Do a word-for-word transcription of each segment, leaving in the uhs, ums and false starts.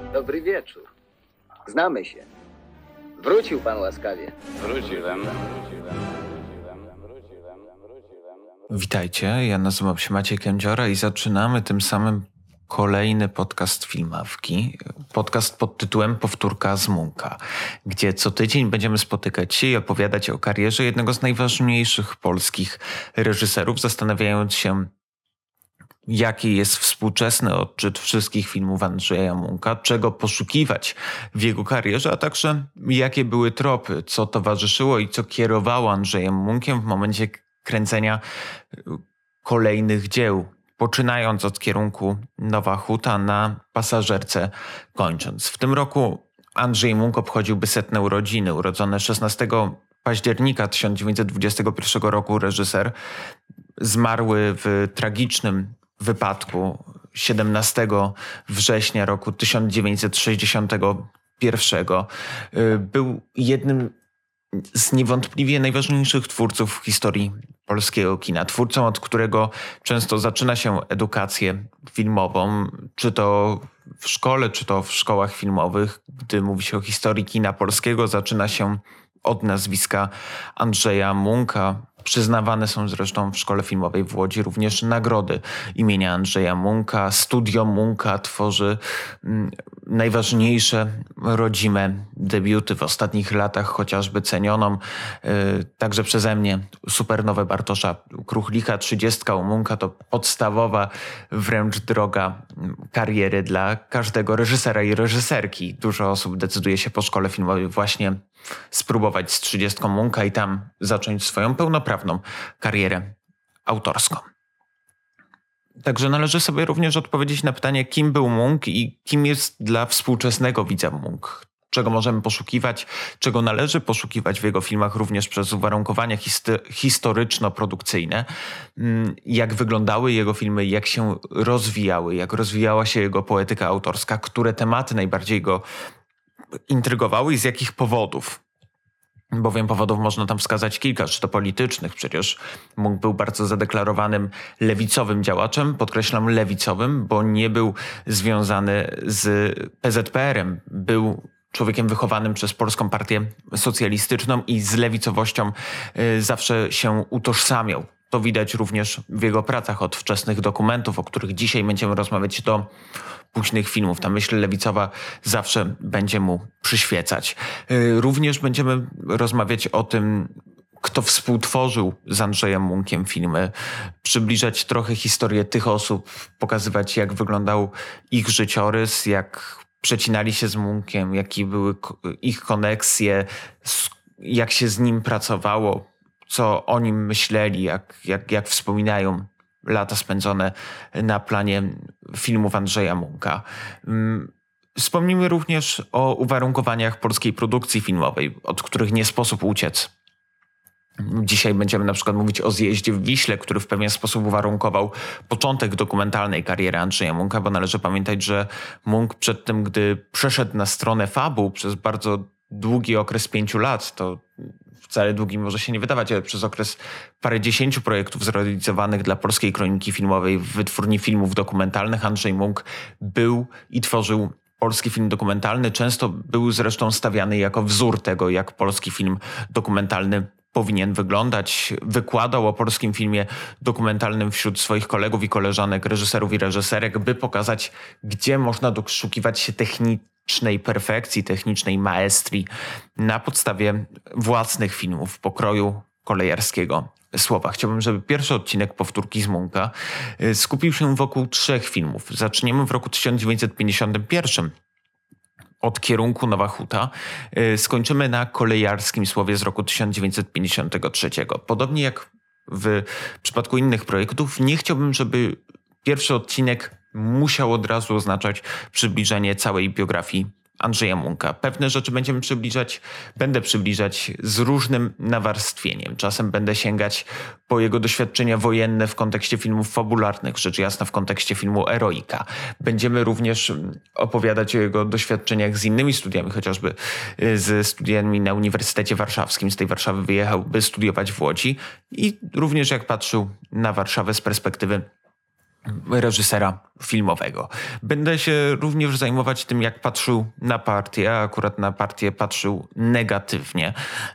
Dobry wieczór. Znamy się. Wrócił pan łaskawie. Wróciłem, wróciłem, wróciłem, wróciłem, wróciłem. Witajcie, ja nazywam się Maciej Kędziora i zaczynamy tym samym kolejny podcast Filmawki. Podcast pod tytułem Powtórka z Munka, gdzie co tydzień będziemy spotykać się i opowiadać o karierze jednego z najważniejszych polskich reżyserów, zastanawiając się, jaki jest współczesny odczyt wszystkich filmów Andrzeja Munka, czego poszukiwać w jego karierze, a także jakie były tropy, co towarzyszyło i co kierowało Andrzejem Munkiem w momencie kręcenia kolejnych dzieł, poczynając od kierunku Nowa Huta na Pasażerce kończąc. W tym roku Andrzej Munk obchodziłby setne urodziny. Urodzony szesnastego października tysiąc dziewięćset dwudziestego pierwszego roku reżyser, zmarły w tragicznym wypadku siedemnastego września roku tysiąc dziewięćset sześćdziesiątego pierwszego. Był jednym z niewątpliwie najważniejszych twórców w historii polskiego kina. Twórcą, od którego często zaczyna się edukację filmową, czy to w szkole, czy to w szkołach filmowych. Gdy mówi się o historii kina polskiego, zaczyna się od nazwiska Andrzeja Munka. Przyznawane są zresztą w Szkole Filmowej w Łodzi również nagrody imienia Andrzeja Munka. Studio Munka tworzy mm, najważniejsze rodzime debiuty w ostatnich latach, chociażby cenioną y, także przeze mnie Supernowę Bartosza Kruchlika. Trzydziestka u Munka to podstawowa wręcz droga kariery dla każdego reżysera i reżyserki. Dużo osób decyduje się po Szkole Filmowej właśnie spróbować z trzydziestką Munka i tam zacząć swoją pełnoprawną karierę autorską. Także należy sobie również odpowiedzieć na pytanie, kim był Munk i kim jest dla współczesnego widza Munk. Czego możemy poszukiwać, czego należy poszukiwać w jego filmach również przez uwarunkowania historyczno-produkcyjne. Jak wyglądały jego filmy, jak się rozwijały, jak rozwijała się jego poetyka autorska, które tematy najbardziej go intrygowały i z jakich powodów. Bowiem powodów można tam wskazać kilka, czy to politycznych. Przecież Munk był bardzo zadeklarowanym lewicowym działaczem, podkreślam lewicowym, bo nie był związany z P Z P R-em. Był człowiekiem wychowanym przez Polską Partię Socjalistyczną i z lewicowością y, zawsze się utożsamiał. To widać również w jego pracach, od wczesnych dokumentów, o których dzisiaj będziemy rozmawiać, do późnych filmów. Ta myśl lewicowa zawsze będzie mu przyświecać. Również będziemy rozmawiać o tym, kto współtworzył z Andrzejem Munkiem filmy, przybliżać trochę historię tych osób, pokazywać, jak wyglądał ich życiorys, jak przecinali się z Munkiem, jakie były ich koneksje, jak się z nim pracowało, co o nim myśleli, jak, jak, jak wspominają lata spędzone na planie filmów Andrzeja Munka. Wspomnimy również o uwarunkowaniach polskiej produkcji filmowej, od których nie sposób uciec. Dzisiaj będziemy na przykład mówić o Zjeździe w Wiśle, który w pewien sposób uwarunkował początek dokumentalnej kariery Andrzeja Munka, bo należy pamiętać, że Munk przed tym, gdy przeszedł na stronę fabuł przez bardzo długi okres pięciu lat, to wcale długi może się nie wydawać, ale przez okres parędziesięciu projektów zrealizowanych dla Polskiej Kroniki Filmowej w Wytwórni Filmów Dokumentalnych, Andrzej Munk był i tworzył polski film dokumentalny. Często był zresztą stawiany jako wzór tego, jak polski film dokumentalny powinien wyglądać. Wykładał o polskim filmie dokumentalnym wśród swoich kolegów i koleżanek, reżyserów i reżyserek, by pokazać, gdzie można doszukiwać się technicznej perfekcji, technicznej maestrii na podstawie własnych filmów pokroju kolejarskiego słowa. Chciałbym, żeby pierwszy odcinek Powtórki z Munka skupił się wokół trzech filmów. Zaczniemy w roku tysiąc dziewięćset pięćdziesiątym pierwszym. Od kierunku Nowa Huta, skończymy na kolejarskim słowie z roku tysiąc dziewięćset pięćdziesiątego trzeciego. Podobnie jak w przypadku innych projektów, nie chciałbym, żeby pierwszy odcinek musiał od razu oznaczać przybliżenie całej biografii Andrzeja Munka. Pewne rzeczy będziemy przybliżać, będę przybliżać z różnym nawarstwieniem. Czasem będę sięgać po jego doświadczenia wojenne w kontekście filmów fabularnych, rzecz jasna w kontekście filmu Eroika. Będziemy również opowiadać o jego doświadczeniach z innymi studiami, chociażby ze studiami na Uniwersytecie Warszawskim. Z tej Warszawy wyjechał, by studiować w Łodzi i również jak patrzył na Warszawę z perspektywy reżysera filmowego. Będę się również zajmować tym, jak patrzył na partię, a akurat na partię patrzył negatywnie,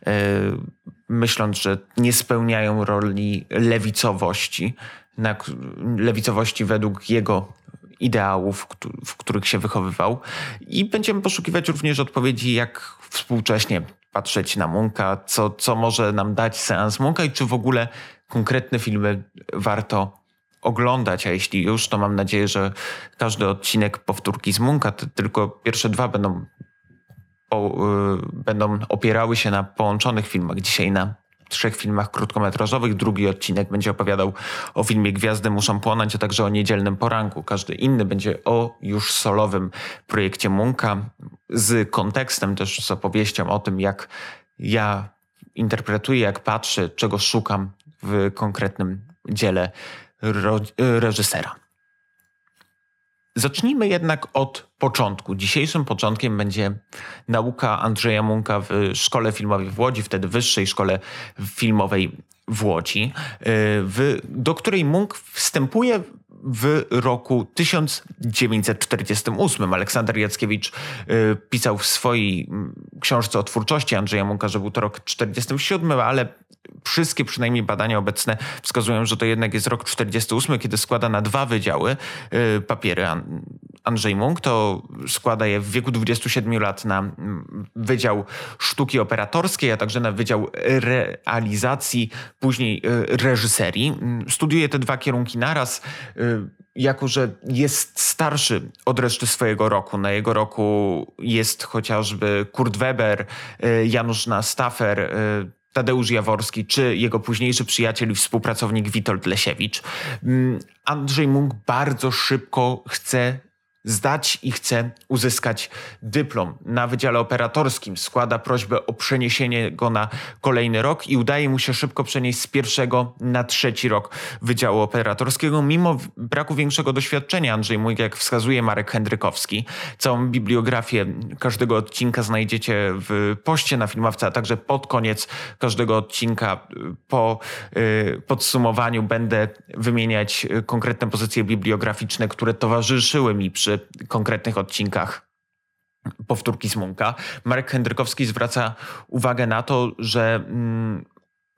myśląc, że nie spełniają roli lewicowości, na, lewicowości według jego ideałów, w których się wychowywał. I będziemy poszukiwać również odpowiedzi, jak współcześnie patrzeć na Munka, co, co może nam dać seans Munka i czy w ogóle konkretne filmy warto oglądać, a jeśli już, to mam nadzieję, że każdy odcinek powtórki z Munka, to tylko pierwsze dwa będą, po, yy, będą opierały się na połączonych filmach. Dzisiaj na trzech filmach krótkometrażowych. Drugi odcinek będzie opowiadał o filmie Gwiazdy muszą płonąć, a także o Niedzielnym poranku. Każdy inny będzie o już solowym projekcie Munka z kontekstem, też z opowieścią o tym, jak ja interpretuję, jak patrzę, czego szukam w konkretnym dziele reżysera. Zacznijmy jednak od początku. Dzisiejszym początkiem będzie nauka Andrzeja Munka w Szkole Filmowej w Łodzi, wtedy Wyższej Szkole Filmowej w Łodzi, w, do której Munk wstępuje w roku tysiąc dziewięćset czterdziestym ósmym. Aleksander Jackiewicz y, pisał w swojej książce o twórczości Andrzeja Munka, że był to rok czterdziesty siódmy, ale wszystkie przynajmniej badania obecne wskazują, że to jednak jest rok czterdziesty ósmy, kiedy składa na dwa wydziały y, papiery An- Andrzej Munk. To składa je w wieku dwudziestu siedmiu lat na Wydział Sztuki Operatorskiej, a także na Wydział Realizacji, później y, reżyserii. Studiuje te dwa kierunki naraz, y, jako że jest starszy od reszty swojego roku. Na jego roku jest chociażby Kurt Weber, y, Janusz Nastafer, y, Tadeusz Jaworski, czy jego późniejszy przyjaciel i współpracownik Witold Lesiewicz. Andrzej Munk bardzo szybko chce zdać i chce uzyskać dyplom na Wydziale Operatorskim. Składa prośbę o przeniesienie go na kolejny rok i udaje mu się szybko przenieść z pierwszego na trzeci rok Wydziału Operatorskiego. Mimo braku większego doświadczenia, Andrzej Munk, jak wskazuje Marek Hendrykowski, całą bibliografię każdego odcinka znajdziecie w poście na Filmowca, a także pod koniec każdego odcinka po y, podsumowaniu będę wymieniać konkretne pozycje bibliograficzne, które towarzyszyły mi przy konkretnych odcinkach powtórki z Munka. Marek Hendrykowski zwraca uwagę na to, że mm,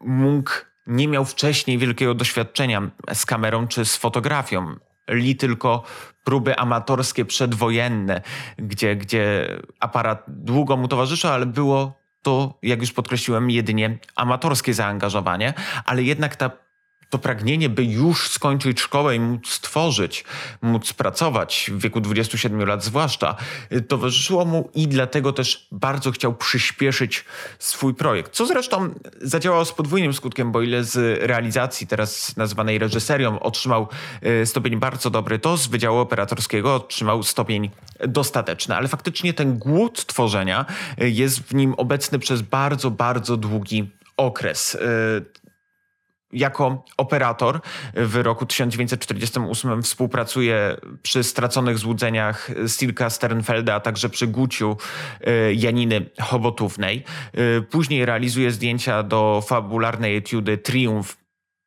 Munk nie miał wcześniej wielkiego doświadczenia z kamerą czy z fotografią. Li tylko próby amatorskie przedwojenne, gdzie, gdzie aparat długo mu towarzyszył, ale było to, jak już podkreśliłem, jedynie amatorskie zaangażowanie, ale jednak ta to pragnienie, by już skończyć szkołę i móc tworzyć, móc pracować w wieku dwudziestu siedmiu lat zwłaszcza, towarzyszyło mu i dlatego też bardzo chciał przyspieszyć swój projekt. Co zresztą zadziałało z podwójnym skutkiem, bo ile z realizacji, teraz nazywanej reżyserią, otrzymał stopień bardzo dobry, to z Wydziału Operatorskiego otrzymał stopień dostateczny. Ale faktycznie ten głód tworzenia jest w nim obecny przez bardzo, bardzo długi okres. Jako operator w roku tysiąc dziewięćset czterdziestym ósmym współpracuje przy Straconych złudzeniach Stilka Sternfelda, a także przy Guciu Janiny Chobotównej. Później realizuje zdjęcia do fabularnej etiudy Triumf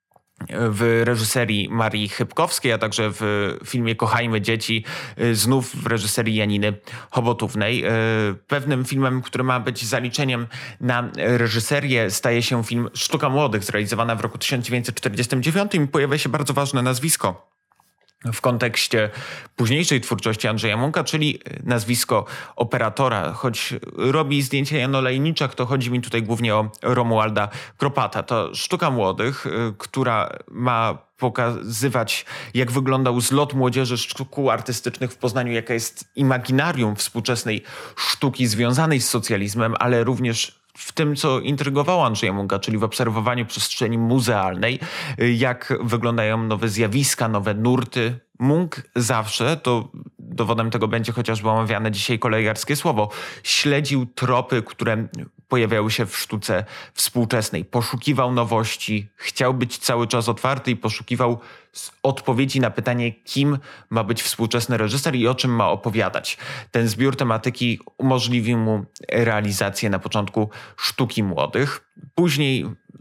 w reżyserii Marii Chybkowskiej, a także w filmie Kochajmy dzieci, znów w reżyserii Janiny Chobotównej. Pewnym filmem, który ma być zaliczeniem na reżyserię, staje się film Sztuka Młodych, zrealizowana w roku tysiąc dziewięćset czterdziestym dziewiątym i pojawia się bardzo ważne nazwisko w kontekście późniejszej twórczości Andrzeja Munka, czyli nazwisko operatora. Choć robi zdjęcia Jan Olejniczak, to chodzi mi tutaj głównie o Romualda Kropata. To Sztuka Młodych, która ma pokazywać, jak wyglądał zlot młodzieży szkół artystycznych w Poznaniu, jaka jest imaginarium współczesnej sztuki związanej z socjalizmem, ale również w tym, co intrygowało Andrzeja Munka, czyli w obserwowaniu przestrzeni muzealnej, jak wyglądają nowe zjawiska, nowe nurty. Munk zawsze, to dowodem tego będzie chociażby omawiane dzisiaj kolejarskie słowo, śledził tropy, które pojawiały się w sztuce współczesnej. Poszukiwał nowości, chciał być cały czas otwarty i poszukiwał odpowiedzi na pytanie, kim ma być współczesny reżyser i o czym ma opowiadać. Ten zbiór tematyki umożliwił mu realizację na początku Sztuki Młodych. Później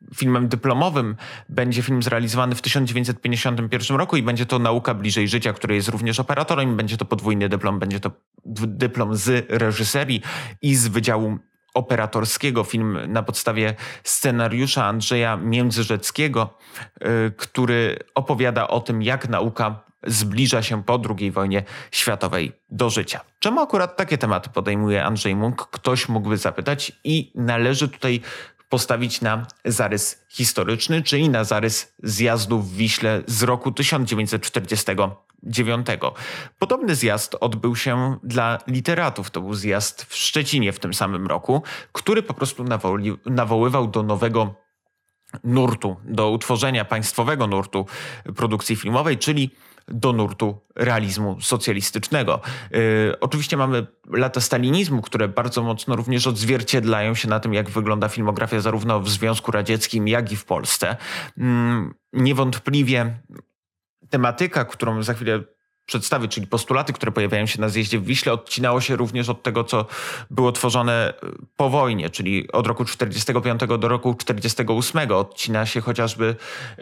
filmem dyplomowym będzie film zrealizowany w tysiąc dziewięćset pięćdziesiątym pierwszym roku i będzie to Nauka bliżej życia, który jest również operatorem. Będzie to podwójny dyplom, będzie to dyplom z reżyserii i z Wydziału Operatorskiego. Film na podstawie scenariusza Andrzeja Międzyrzeckiego, który opowiada o tym, jak nauka zbliża się po drugiej wojnie światowej do życia. Czemu akurat takie tematy podejmuje Andrzej Munk? Ktoś mógłby zapytać i należy tutaj postawić na zarys historyczny, czyli na zarys zjazdu w Wiśle z roku tysiąc dziewięćset czterdziestego dziewiątego. Podobny zjazd odbył się dla literatów. To był zjazd w Szczecinie w tym samym roku, który po prostu nawoli, nawoływał do nowego nurtu, do utworzenia państwowego nurtu produkcji filmowej, czyli do nurtu realizmu socjalistycznego. Yy, oczywiście mamy lata stalinizmu, które bardzo mocno również odzwierciedlają się na tym, jak wygląda filmografia zarówno w Związku Radzieckim, jak i w Polsce. Yy, niewątpliwie tematyka, którą za chwilę przedstawię, czyli postulaty, które pojawiają się na zjeździe w Wiśle, odcinało się również od tego, co było tworzone po wojnie, czyli od roku czterdziestego piątego do roku czterdziestego ósmego. Odcina się chociażby yy,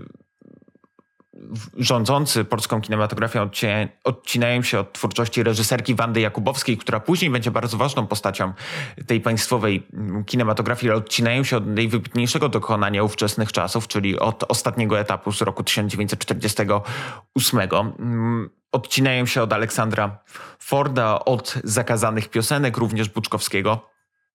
rządzący polską kinematografią odcina, odcinają się od twórczości reżyserki Wandy Jakubowskiej, która później będzie bardzo ważną postacią tej państwowej kinematografii, ale odcinają się od najwybitniejszego dokonania ówczesnych czasów, czyli od ostatniego etapu z roku tysiąc dziewięćset czterdziestego ósmego. Odcinają się od Aleksandra Forda, od zakazanych piosenek, również Buczkowskiego.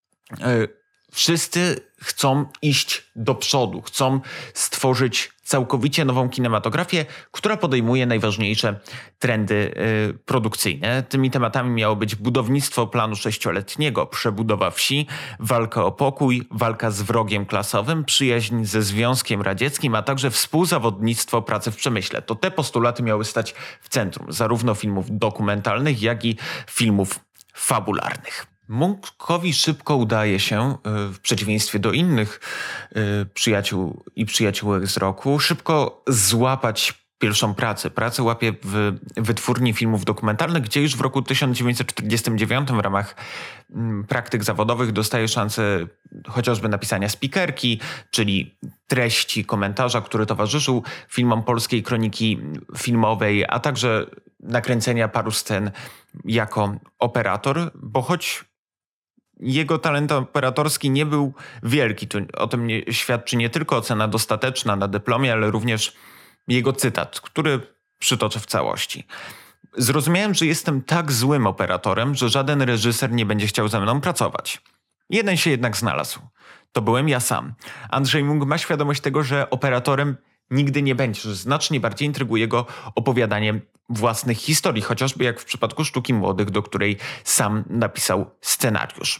Wszyscy chcą iść do przodu, chcą stworzyć całkowicie nową kinematografię, która podejmuje najważniejsze trendy y, produkcyjne. Tymi tematami miało być budownictwo planu sześcioletniego, przebudowa wsi, walka o pokój, walka z wrogiem klasowym, przyjaźń ze Związkiem Radzieckim, a także współzawodnictwo pracy w przemyśle. To te postulaty miały stać w centrum zarówno filmów dokumentalnych, jak i filmów fabularnych. Munkowi szybko udaje się, w przeciwieństwie do innych przyjaciół i przyjaciółek z roku, szybko złapać pierwszą pracę. Pracę łapie w wytwórni filmów dokumentalnych, gdzie już w roku tysiąc dziewięćset czterdziestym dziewiątym w ramach praktyk zawodowych dostaje szansę chociażby napisania spikerki, czyli treści komentarza, który towarzyszył filmom Polskiej Kroniki Filmowej, a także nakręcenia paru scen jako operator, bo choć jego talent operatorski nie był wielki, to o tym nie, świadczy nie tylko ocena dostateczna na dyplomie, ale również jego cytat, który przytoczę w całości. Zrozumiałem, że jestem tak złym operatorem, że żaden reżyser nie będzie chciał ze mną pracować. Jeden się jednak znalazł. To byłem ja sam. Andrzej Munk ma świadomość tego, że operatorem nigdy nie będzie, że znacznie bardziej intryguje go opowiadanie własnych historii, chociażby jak w przypadku Sztuki Młodych, do której sam napisał scenariusz.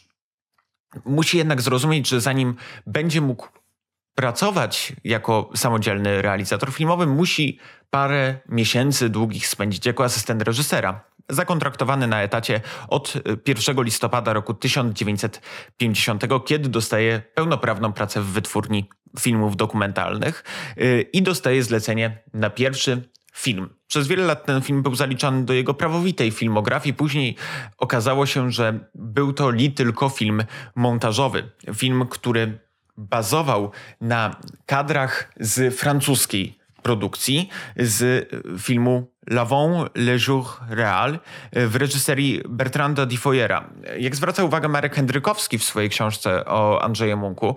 Musi jednak zrozumieć, że zanim będzie mógł pracować jako samodzielny realizator filmowy, musi parę miesięcy długich spędzić jako asystent reżysera. Zakontraktowany na etacie od pierwszego listopada roku tysiąc dziewięćset pięćdziesiątego, kiedy dostaje pełnoprawną pracę w wytwórni filmów dokumentalnych i dostaje zlecenie na pierwszy film. Przez wiele lat ten film był zaliczany do jego prawowitej filmografii. Później okazało się, że był to li tylko film montażowy. Film, który bazował na kadrach z francuskiej produkcji, z filmu L'Avant le jour réel w reżyserii Bertranda Dufoyera. Jak zwraca uwagę Marek Hendrykowski w swojej książce o Andrzeju Munku,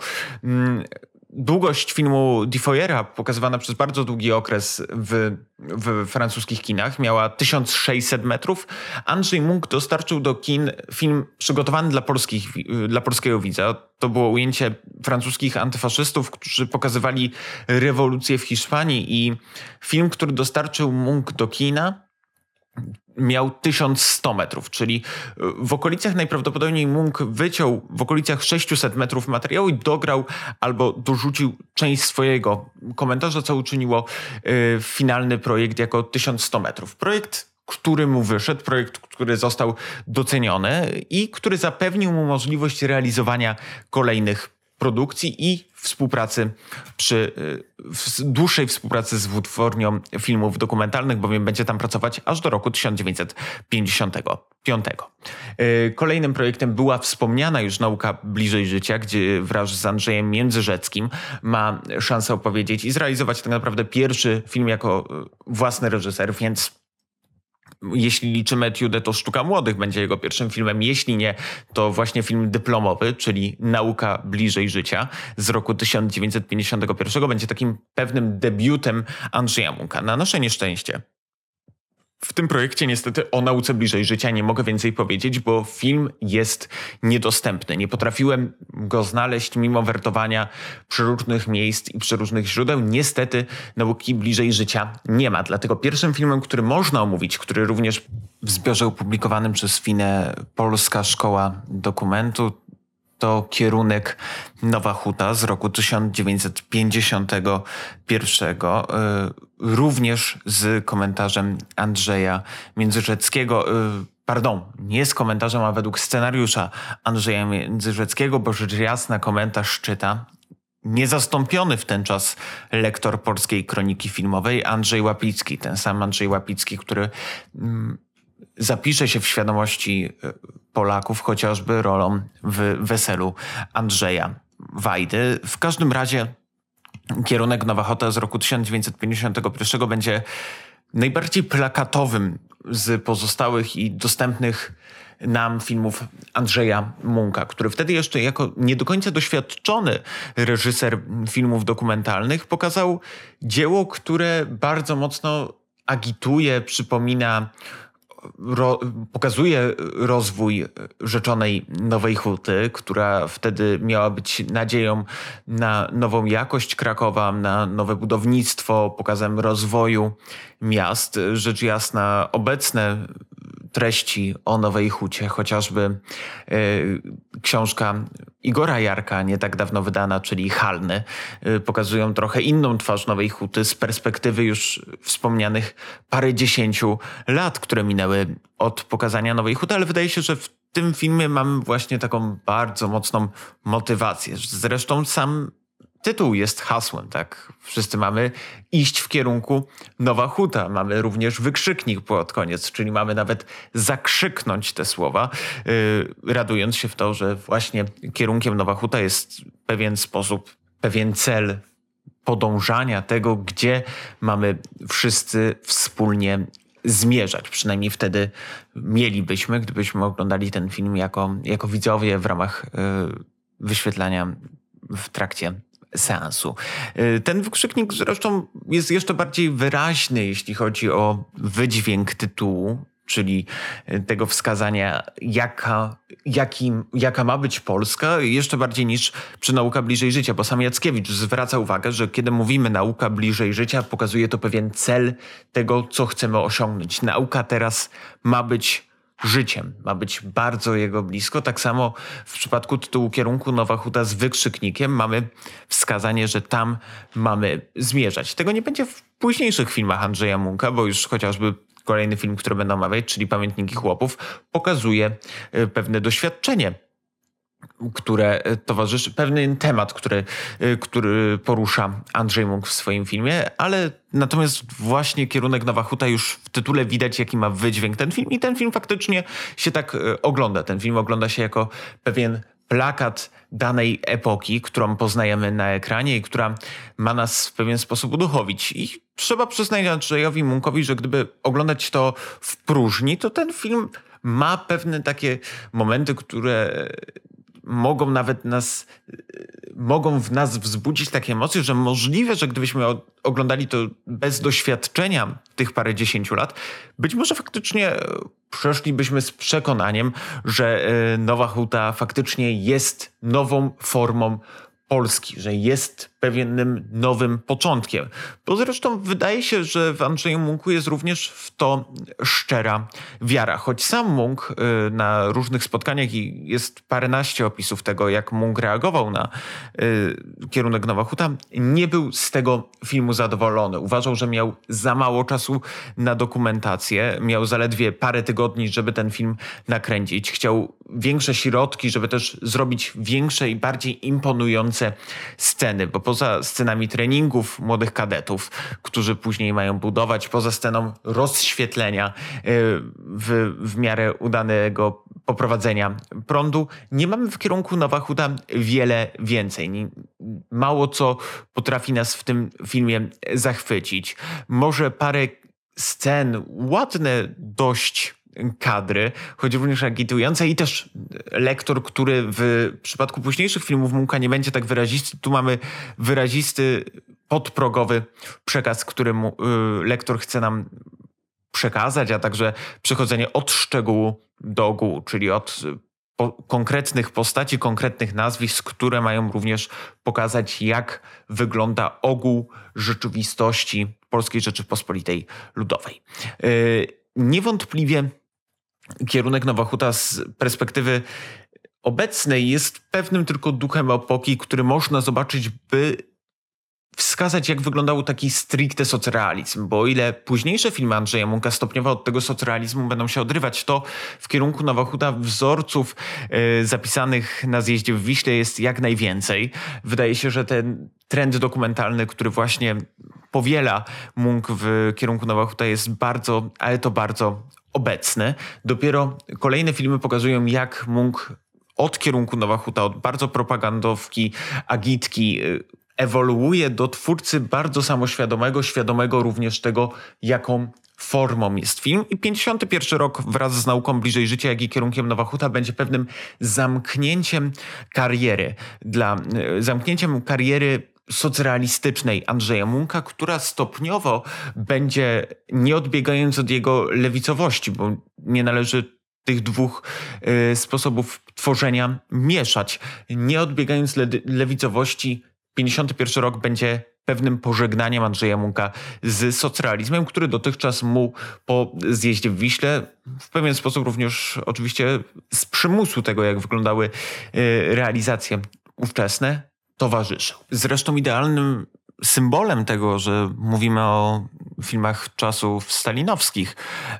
długość filmu Dufoyera, pokazywana przez bardzo długi okres w, w francuskich kinach, miała tysiąc sześćset metrów. Andrzej Munk dostarczył do kin film przygotowany dla, polskich, dla polskiego widza. To było ujęcie francuskich antyfaszystów, którzy pokazywali rewolucję w Hiszpanii, i film, który dostarczył Munk do kina, miał tysiąc sto metrów, czyli w okolicach najprawdopodobniej Munk wyciął w okolicach sześćset metrów materiału i dograł albo dorzucił część swojego komentarza, co uczyniło y, finalny projekt jako tysiąc sto metrów. Projekt, który mu wyszedł, projekt, który został doceniony i który zapewnił mu możliwość realizowania kolejnych produkcji i współpracy przy w dłuższej współpracy z wytwórnią filmów dokumentalnych, bowiem będzie tam pracować aż do roku tysiąc dziewięćset pięćdziesiątego piątego. Kolejnym projektem była wspomniana już Nauka bliżej życia, gdzie wraz z Andrzejem Międzyrzeckim ma szansę opowiedzieć i zrealizować tak naprawdę pierwszy film jako własny reżyser, więc jeśli liczymy Etiudę, to Sztuka Młodych będzie jego pierwszym filmem. Jeśli nie, to właśnie film dyplomowy, czyli Nauka bliżej życia z roku tysiąc dziewięćset pięćdziesiątego pierwszego będzie takim pewnym debiutem Andrzeja Munka. Na nasze nieszczęście w tym projekcie niestety o Nauce bliżej życia nie mogę więcej powiedzieć, bo film jest niedostępny. Nie potrafiłem go znaleźć mimo wertowania przeróżnych miejsc i przeróżnych źródeł. Niestety Nauki bliżej życia nie ma. Dlatego pierwszym filmem, który można omówić, który również w zbiorze opublikowanym przez Finę Polska Szkoła Dokumentu, to Kierunek Nowa Huta z roku tysiąc dziewięćset pięćdziesiątego pierwszego. Również z komentarzem Andrzeja Międzyrzeckiego. Pardon, nie z komentarzem, a według scenariusza Andrzeja Międzyrzeckiego, bo rzecz jasna komentarz czyta niezastąpiony w ten czas lektor Polskiej Kroniki Filmowej Andrzej Łapicki. Ten sam Andrzej Łapicki, który mm, zapisze się w świadomości Polaków chociażby rolą w Weselu Andrzeja Wajdy. W każdym razie Kierunek Nowa Huta z roku tysiąc dziewięćset pięćdziesiątego pierwszego będzie najbardziej plakatowym z pozostałych i dostępnych nam filmów Andrzeja Munka, który wtedy jeszcze jako nie do końca doświadczony reżyser filmów dokumentalnych pokazał dzieło, które bardzo mocno agituje, przypomina, Ro, pokazuje rozwój rzeczonej Nowej Huty, która wtedy miała być nadzieją na nową jakość Krakowa, na nowe budownictwo, pokazem rozwoju miast. Rzecz jasna, obecne treści o Nowej Hucie, chociażby y, książka Igora Jarka, nie tak dawno wydana, czyli Halny, y, pokazują trochę inną twarz Nowej Huty z perspektywy już wspomnianych parędziesięciu lat, które minęły od pokazania Nowej Huty, ale wydaje się, że w tym filmie mamy właśnie taką bardzo mocną motywację. Zresztą sam tytuł jest hasłem, tak? Wszyscy mamy iść w kierunku Nowa Huta. Mamy również wykrzyknik pod koniec, czyli mamy nawet zakrzyknąć te słowa, yy, radując się w to, że właśnie kierunkiem Nowa Huta jest pewien sposób, pewien cel podążania tego, gdzie mamy wszyscy wspólnie zmierzać. Przynajmniej wtedy mielibyśmy, gdybyśmy oglądali ten film jako, jako widzowie w ramach yy, wyświetlania w trakcie seansu. Ten wykrzyknik zresztą jest jeszcze bardziej wyraźny, jeśli chodzi o wydźwięk tytułu, czyli tego wskazania, jaka, jakim, jaka ma być Polska, jeszcze bardziej niż przy Nauka bliżej życia, bo sam Jackiewicz zwraca uwagę, że kiedy mówimy Nauka bliżej życia, pokazuje to pewien cel tego, co chcemy osiągnąć. Nauka teraz ma być życiem, ma być bardzo jego blisko. Tak samo w przypadku tytułu Kierunku Nowa Huta z wykrzyknikiem mamy wskazanie, że tam mamy zmierzać. Tego nie będzie w późniejszych filmach Andrzeja Munka, bo już chociażby kolejny film, który będę omawiać, czyli Pamiętniki Chłopów, pokazuje pewne doświadczenie, które towarzyszy, pewien temat, który, który porusza Andrzej Munk w swoim filmie, ale natomiast właśnie Kierunek Nowa Huta już w tytule widać, jaki ma wydźwięk ten film i ten film faktycznie się tak ogląda. Ten film ogląda się jako pewien plakat danej epoki, którą poznajemy na ekranie i która ma nas w pewien sposób uduchowić. I trzeba przyznać Andrzejowi Munkowi, że gdyby oglądać to w próżni, to ten film ma pewne takie momenty, które mogą nawet nas, mogą w nas wzbudzić takie emocje, że możliwe, że gdybyśmy oglądali to bez doświadczenia tych parędziesięciu lat, być może faktycznie przeszlibyśmy z przekonaniem, że Nowa Huta faktycznie jest nową formą Polski, że jest pewnym nowym początkiem. Bo zresztą wydaje się, że w Andrzeju Munku jest również w to szczera wiara. Choć sam Munk na różnych spotkaniach i jest paręnaście opisów tego, jak Munk reagował na y, Kierunek Nowa Huta, nie był z tego filmu zadowolony. Uważał, że miał za mało czasu na dokumentację. Miał zaledwie parę tygodni, żeby ten film nakręcić. Chciał większe środki, żeby też zrobić większe i bardziej imponujące sceny, bo poza scenami treningów młodych kadetów, którzy później mają budować, poza sceną rozświetlenia w, w miarę udanego poprowadzenia prądu, nie mamy w kierunku Nowa Huta wiele więcej. Mało co potrafi nas w tym filmie zachwycić. Może parę scen, ładne dość kadry, choć również agitujące i też lektor, który w przypadku późniejszych filmów Munka nie będzie tak wyrazisty. Tu mamy wyrazisty, podprogowy przekaz, który mu, y, lektor chce nam przekazać, a także przechodzenie od szczegółu do ogółu, czyli od po, konkretnych postaci, konkretnych nazwisk, które mają również pokazać, jak wygląda ogół rzeczywistości Polskiej Rzeczypospolitej Ludowej. Yy, niewątpliwie kierunek Nowa Huta z perspektywy obecnej jest pewnym tylko duchem epoki, który można zobaczyć, by wskazać, jak wyglądał taki stricte socrealizm, bo o ile późniejsze filmy Andrzeja Munka stopniowo od tego socrealizmu będą się odrywać, to w kierunku Nowa Huta wzorców y, zapisanych na zjeździe w Wiśle jest jak najwięcej. Wydaje się, że ten trend dokumentalny, który właśnie powiela Munk w kierunku Nowa Huta, jest bardzo, ale to bardzo obecny. Dopiero kolejne filmy pokazują, jak Munk od kierunku Nowa Huta, od bardzo propagandowki, agitki, y, ewoluuje do twórcy bardzo samoświadomego, świadomego również tego, jaką formą jest film. I pięćdziesiąty pierwszy rok wraz z nauką bliżej życia, jak i kierunkiem Nowa Huta będzie pewnym zamknięciem kariery. Dla, zamknięciem kariery socrealistycznej Andrzeja Munka, która stopniowo będzie, nie odbiegając od jego lewicowości, bo nie należy tych dwóch y, sposobów tworzenia mieszać, nie odbiegając le- lewicowości, pięćdziesiąty pierwszy rok będzie pewnym pożegnaniem Andrzeja Munka z socrealizmem, który dotychczas mu po zjeździe w Wiśle, w pewien sposób również oczywiście z przymusu tego, jak wyglądały y, realizacje ówczesne, towarzyszył. Zresztą idealnym symbolem tego, że mówimy o filmach czasów stalinowskich,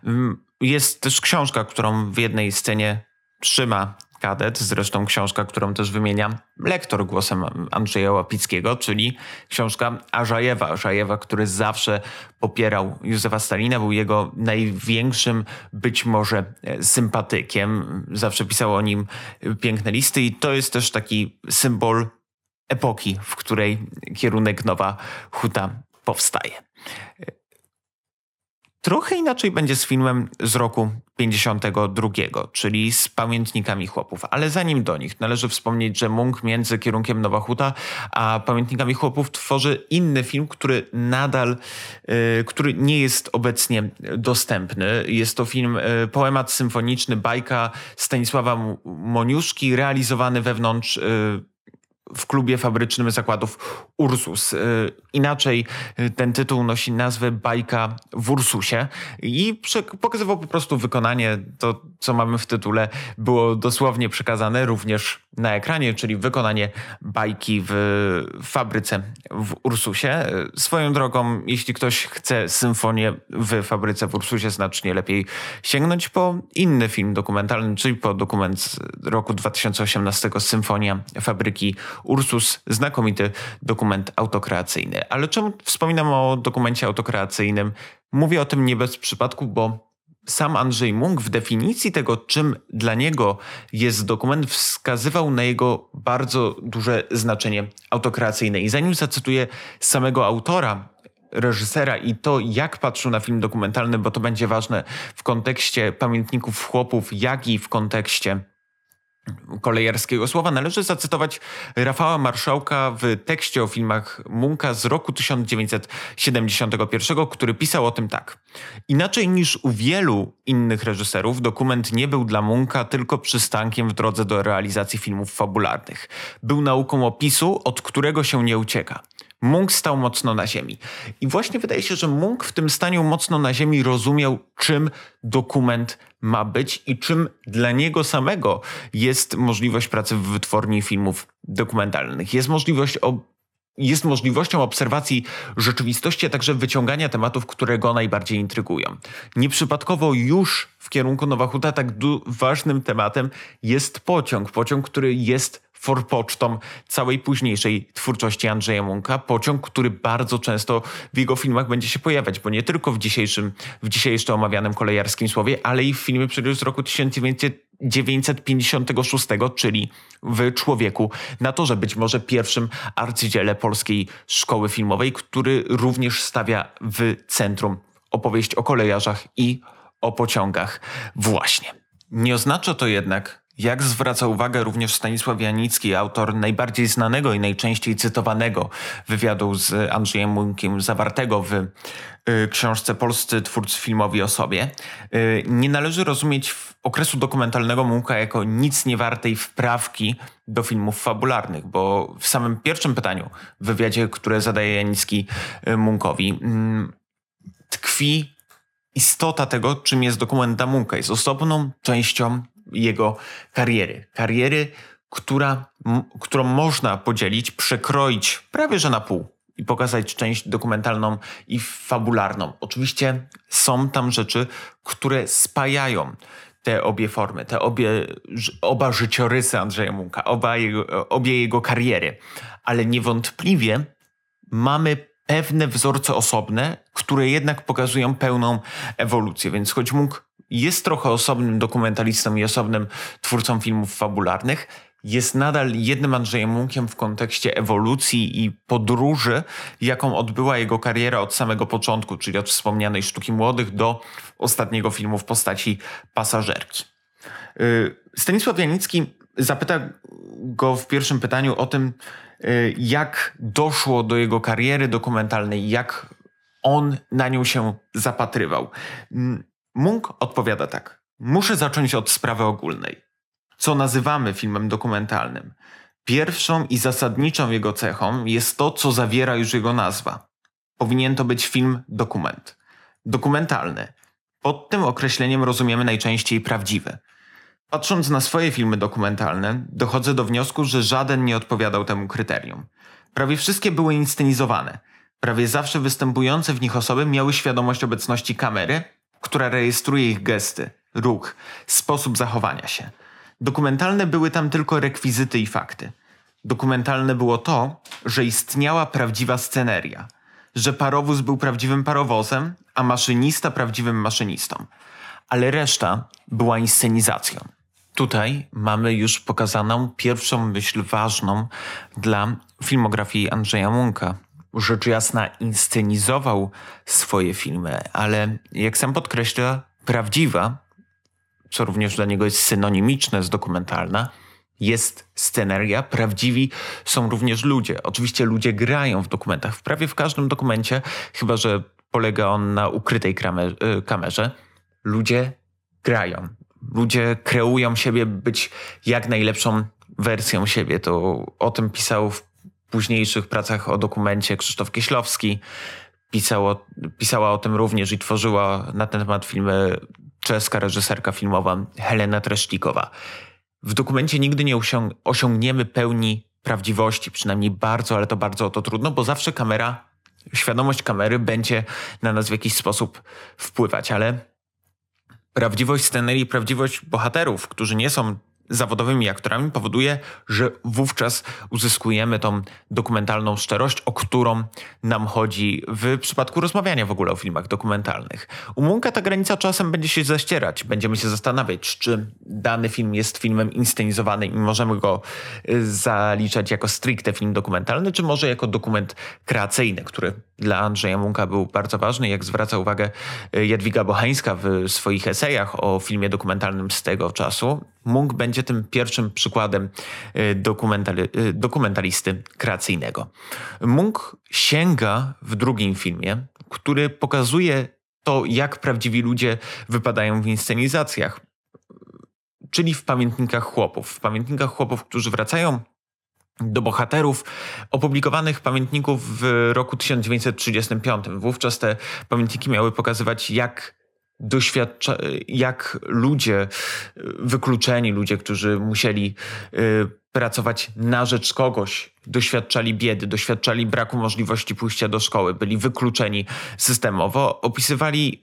jest też książka, którą w jednej scenie trzyma kadet, zresztą książka, którą też wymienia lektor głosem Andrzeja Łapickiego, czyli książka Ażajewa. Ażajewa, który zawsze popierał Józefa Stalina, był jego największym być może sympatykiem. Zawsze pisał o nim piękne listy i to jest też taki symbol epoki, w której kierunek Nowa Huta powstaje. Trochę inaczej będzie z filmem z roku pięćdziesiątego drugiego, czyli z Pamiętnikami Chłopów. Ale zanim do nich, należy wspomnieć, że Munk między kierunkiem Nowa Huta a Pamiętnikami Chłopów tworzy inny film, który nadal, y, który nie jest obecnie dostępny. Jest to film y, poemat symfoniczny, bajka Stanisława Moniuszki, realizowany wewnątrz y, w klubie fabrycznym zakładów Ursus. Inaczej ten tytuł nosi nazwę Bajka w Ursusie i pokazywał po prostu wykonanie. To, co mamy w tytule, było dosłownie przekazane również na ekranie, czyli wykonanie bajki w fabryce w Ursusie. Swoją drogą, jeśli ktoś chce symfonię w fabryce w Ursusie, znacznie lepiej sięgnąć po inny film dokumentalny, czyli po dokument z roku dwa tysiące osiemnastego Symfonia Fabryki Ursus, znakomity dokument autokreacyjny. Ale czemu wspominam o dokumencie autokreacyjnym? Mówię o tym nie bez przypadku, bo sam Andrzej Munk w definicji tego, czym dla niego jest dokument, wskazywał na jego bardzo duże znaczenie autokreacyjne. I zanim zacytuję samego autora, reżysera i to, jak patrzył na film dokumentalny, bo to będzie ważne w kontekście Pamiętników Chłopów, jak i w kontekście kolejarskiego słowa, należy zacytować Rafała Marszałka w tekście o filmach Munka z roku tysiąc dziewięćset siedemdziesiątego pierwszego, który pisał o tym tak. Inaczej niż u wielu innych reżyserów, dokument nie był dla Munka tylko przystankiem w drodze do realizacji filmów fabularnych. Był nauką opisu, od którego się nie ucieka. Munk stał mocno na ziemi. I właśnie wydaje się, że Munk w tym staniu mocno na ziemi rozumiał, czym dokument ma być i czym dla niego samego jest możliwość pracy w wytwórni filmów dokumentalnych. Jest możliwość jest możliwością obserwacji rzeczywistości, a także wyciągania tematów, które go najbardziej intrygują. Nieprzypadkowo już w kierunku Nowa Huta tak du- ważnym tematem jest pociąg. Pociąg, który jest forpocztą całej późniejszej twórczości Andrzeja Munka. Pociąg, który bardzo często w jego filmach będzie się pojawiać, bo nie tylko w dzisiejszym, w dzisiejszym omawianym Kolejarskim Słowie, ale i w filmie przecież z roku tysiąc dziewięćset pięćdziesiątego szóstego, czyli w Człowieku na torze, być może pierwszym arcydziele polskiej szkoły filmowej, który również stawia w centrum opowieść o kolejarzach i o pociągach. Właśnie. Nie oznacza to jednak, jak zwraca uwagę również Stanisław Janicki, autor najbardziej znanego i najczęściej cytowanego wywiadu z Andrzejem Munkiem, zawartego w y, książce Polscy twórcy filmowi o sobie, y, nie należy rozumieć okresu dokumentalnego Munka jako nic niewartej wprawki do filmów fabularnych, bo w samym pierwszym pytaniu, w wywiadzie, które zadaje Janicki y, Munkowi, y, tkwi istota tego, czym jest dokument dla Munka. Jest osobną częścią jego kariery. Kariery, która, m, którą można podzielić, przekroić prawie że na pół i pokazać część dokumentalną i fabularną. Oczywiście są tam rzeczy, które spajają te obie formy, te obie, oba życiorysy Andrzeja Munka, oba jego, obie jego kariery. Ale niewątpliwie mamy pewne wzorce osobne, które jednak pokazują pełną ewolucję. Więc choć Munk jest trochę osobnym dokumentalistą i osobnym twórcą filmów fabularnych, jest nadal jednym Andrzejem Munkiem w kontekście ewolucji i podróży, jaką odbyła jego kariera od samego początku, czyli od wspomnianej Sztuki Młodych do ostatniego filmu w postaci Pasażerki. Stanisław Janicki zapyta go w pierwszym pytaniu o tym, jak doszło do jego kariery dokumentalnej, jak on na nią się zapatrywał. Munk odpowiada tak. Muszę zacząć od sprawy ogólnej. Co nazywamy filmem dokumentalnym? Pierwszą i zasadniczą jego cechą jest to, co zawiera już jego nazwa. Powinien to być film dokument. Dokumentalny. Pod tym określeniem rozumiemy najczęściej prawdziwy. Patrząc na swoje filmy dokumentalne, dochodzę do wniosku, że żaden nie odpowiadał temu kryterium. Prawie wszystkie były inscenizowane. Prawie zawsze występujące w nich osoby miały świadomość obecności kamery, która rejestruje ich gesty, ruch, sposób zachowania się. Dokumentalne były tam tylko rekwizyty i fakty. Dokumentalne było to, że istniała prawdziwa sceneria, że parowóz był prawdziwym parowozem, a maszynista prawdziwym maszynistą. Ale reszta była inscenizacją. Tutaj mamy już pokazaną pierwszą myśl ważną dla filmografii Andrzeja Munka. Rzecz jasna inscenizował swoje filmy, ale jak sam podkreśla, prawdziwa, co również dla niego jest synonimiczne z dokumentalna, jest sceneria, prawdziwi są również ludzie. Oczywiście ludzie grają w dokumentach, w prawie w każdym dokumencie, chyba że polega on na ukrytej kamerze, kamerze. Ludzie grają. Ludzie kreują siebie być jak najlepszą wersją siebie. To o tym pisał w późniejszych pracach o dokumencie Krzysztof Kieślowski. Pisało, pisała o tym również i tworzyła na ten temat filmy czeska reżyserka filmowa Helena Tresztikowa. W dokumencie nigdy nie osiąg- osiągniemy pełni prawdziwości, przynajmniej bardzo, ale to bardzo o to trudno, bo zawsze kamera, świadomość kamery będzie na nas w jakiś sposób wpływać, ale prawdziwość scenerii, prawdziwość bohaterów, którzy nie są zawodowymi aktorami, powoduje, że wówczas uzyskujemy tą dokumentalną szczerość, o którą nam chodzi w przypadku rozmawiania w ogóle o filmach dokumentalnych. U Munka ta granica czasem będzie się zaścierać. Będziemy się zastanawiać, czy dany film jest filmem inscenizowanym i możemy go zaliczać jako stricte film dokumentalny, czy może jako dokument kreacyjny, który dla Andrzeja Munka był bardzo ważny. Jak zwraca uwagę Jadwiga Bocheńska w swoich esejach o filmie dokumentalnym z tego czasu, Munk będzie tym pierwszym przykładem dokumentali- dokumentalisty kreacyjnego. Munk sięga w drugim filmie, który pokazuje to, jak prawdziwi ludzie wypadają w inscenizacjach, czyli w Pamiętnikach chłopów. W Pamiętnikach chłopów, którzy wracają do bohaterów opublikowanych pamiętników w roku tysiąc dziewięćset trzydziestym piątym. Wówczas te pamiętniki miały pokazywać, jak doświadcza, jak ludzie wykluczeni, ludzie, którzy musieli y, pracować na rzecz kogoś, doświadczali biedy, doświadczali braku możliwości pójścia do szkoły, byli wykluczeni systemowo, opisywali,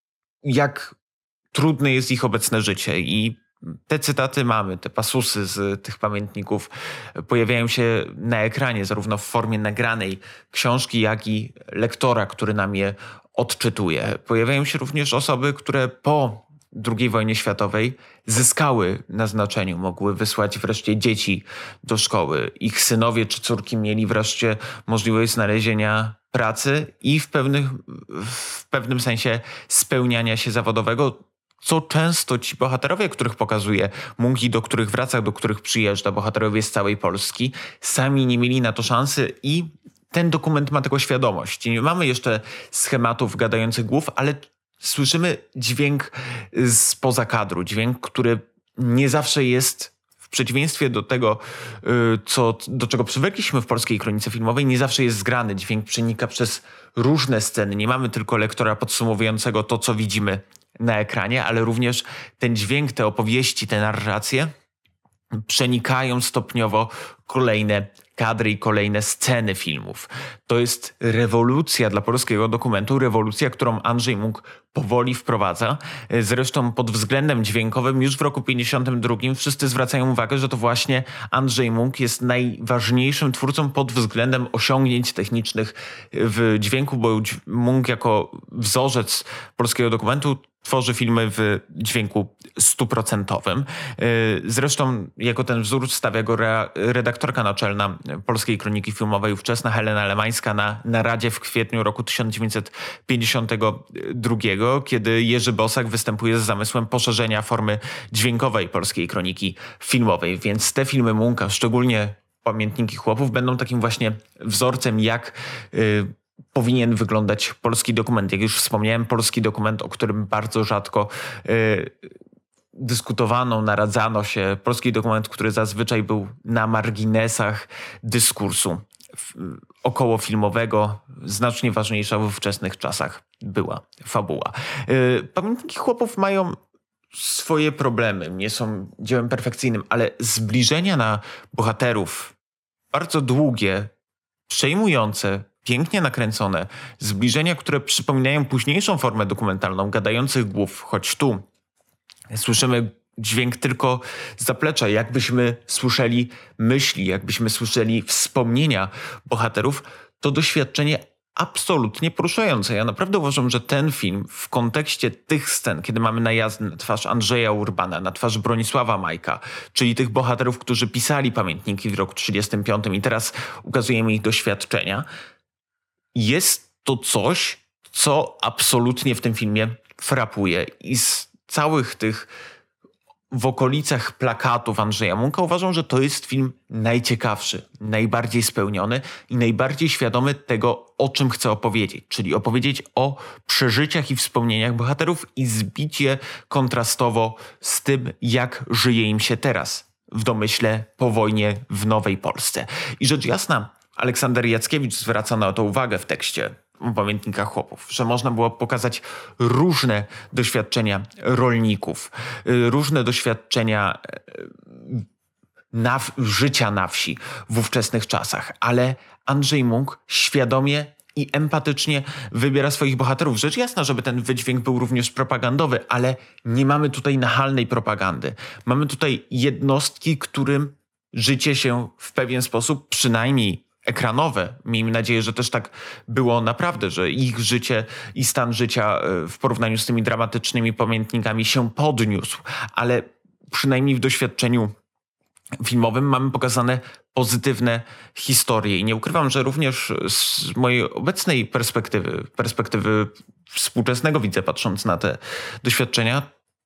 jak trudne jest ich obecne życie. I te cytaty mamy, te pasusy z tych pamiętników pojawiają się na ekranie, zarówno w formie nagranej książki, jak i lektora, który nam je odczytuje. Pojawiają się również osoby, które po drugiej wojnie światowej zyskały na znaczeniu, mogły wysłać wreszcie dzieci do szkoły. Ich synowie czy córki mieli wreszcie możliwość znalezienia pracy i w, pewnych, w pewnym sensie spełniania się zawodowego, co często ci bohaterowie, których pokazuje Munk i do których wraca, do których przyjeżdża, bohaterowie z całej Polski, sami nie mieli na to szansy i ten dokument ma tego świadomość. Nie mamy jeszcze schematów gadających głów, ale słyszymy dźwięk spoza kadru, dźwięk, który nie zawsze jest, w przeciwieństwie do tego, co, do czego przywykliśmy w polskiej kronice filmowej, nie zawsze jest zgrany. Dźwięk przenika przez różne sceny. Nie mamy tylko lektora podsumowującego to, co widzimy na ekranie, ale również ten dźwięk, te opowieści, te narracje przenikają stopniowo kolejne kadry i kolejne sceny filmów. To jest rewolucja dla polskiego dokumentu, rewolucja, którą Andrzej Munk powoli wprowadza. Zresztą pod względem dźwiękowym już w roku pięćdziesiątym drugim wszyscy zwracają uwagę, że to właśnie Andrzej Munk jest najważniejszym twórcą pod względem osiągnięć technicznych w dźwięku, bo Munk jako wzorzec polskiego dokumentu tworzy filmy w dźwięku stuprocentowym. Zresztą jako ten wzór stawia go redaktorka naczelna Polskiej Kroniki Filmowej, ówczesna Helena Lemańska, na naradzie w kwietniu roku tysiąc dziewięćset pięćdziesiątego drugiego, kiedy Jerzy Bosak występuje z zamysłem poszerzenia formy dźwiękowej Polskiej Kroniki Filmowej. Więc te filmy Munka, szczególnie Pamiętniki chłopów, będą takim właśnie wzorcem, jak yy, powinien wyglądać polski dokument. Jak już wspomniałem, polski dokument, o którym bardzo rzadko yy, dyskutowano, naradzano się. Polski dokument, który zazwyczaj był na marginesach dyskursu okołofilmowego. Znacznie ważniejsza w ówczesnych czasach była fabuła. Yy, Pamiętniki chłopów mają swoje problemy. Nie są dziełem perfekcyjnym, ale zbliżenia na bohaterów bardzo długie, przejmujące, pięknie nakręcone, zbliżenia, które przypominają późniejszą formę dokumentalną gadających głów, choć tu słyszymy dźwięk tylko z zaplecza, jakbyśmy słyszeli myśli, jakbyśmy słyszeli wspomnienia bohaterów, to doświadczenie absolutnie poruszające. Ja naprawdę uważam, że ten film w kontekście tych scen, kiedy mamy najazdy na twarz Andrzeja Urbana, na twarz Bronisława Majka, czyli tych bohaterów, którzy pisali pamiętniki w roku trzydziestym piątym i teraz ukazujemy ich doświadczenia, jest to coś, co absolutnie w tym filmie frapuje. I z całych tych w okolicach plakatów Andrzeja Munka uważam, że to jest film najciekawszy, najbardziej spełniony i najbardziej świadomy tego, o czym chce opowiedzieć. Czyli opowiedzieć o przeżyciach i wspomnieniach bohaterów i zbić je kontrastowo z tym, jak żyje im się teraz w domyśle po wojnie w Nowej Polsce. I rzecz jasna, Aleksander Jackiewicz zwraca na to uwagę w tekście o Pamiętnikach chłopów, że można było pokazać różne doświadczenia rolników, różne doświadczenia na, życia na wsi w ówczesnych czasach, ale Andrzej Munk świadomie i empatycznie wybiera swoich bohaterów. Rzecz jasna, żeby ten wydźwięk był również propagandowy, ale nie mamy tutaj nachalnej propagandy. Mamy tutaj jednostki, którym życie się w pewien sposób, przynajmniej ekranowe, miejmy nadzieję, że też tak było naprawdę, że ich życie i stan życia w porównaniu z tymi dramatycznymi pamiętnikami się podniósł, ale przynajmniej w doświadczeniu filmowym mamy pokazane pozytywne historie. I nie ukrywam, że również z mojej obecnej perspektywy, perspektywy współczesnego widza, patrząc na te doświadczenia,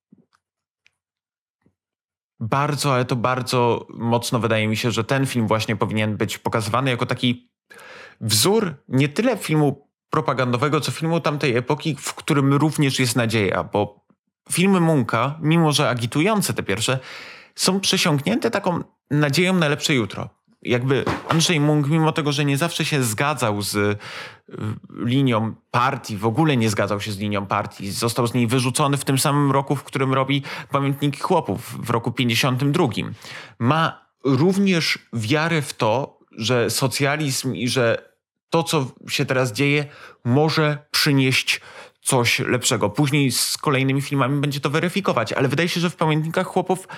bardzo, ale to bardzo mocno wydaje mi się, że ten film właśnie powinien być pokazywany jako taki wzór nie tyle filmu propagandowego, co filmu tamtej epoki, w którym również jest nadzieja, bo filmy Munka, mimo że agitujące te pierwsze, są przesiąknięte taką nadzieją na lepsze jutro. jakby Andrzej Munk, mimo tego, że nie zawsze się zgadzał z y, linią partii, w ogóle nie zgadzał się z linią partii, został z niej wyrzucony w tym samym roku, w którym robi Pamiętniki Chłopów, w roku pięćdziesiątym drugim. Ma również wiarę w to, że socjalizm i że to, co się teraz dzieje, może przynieść coś lepszego. Później z kolejnymi filmami będzie to weryfikować, ale wydaje się, że w Pamiętnikach Chłopów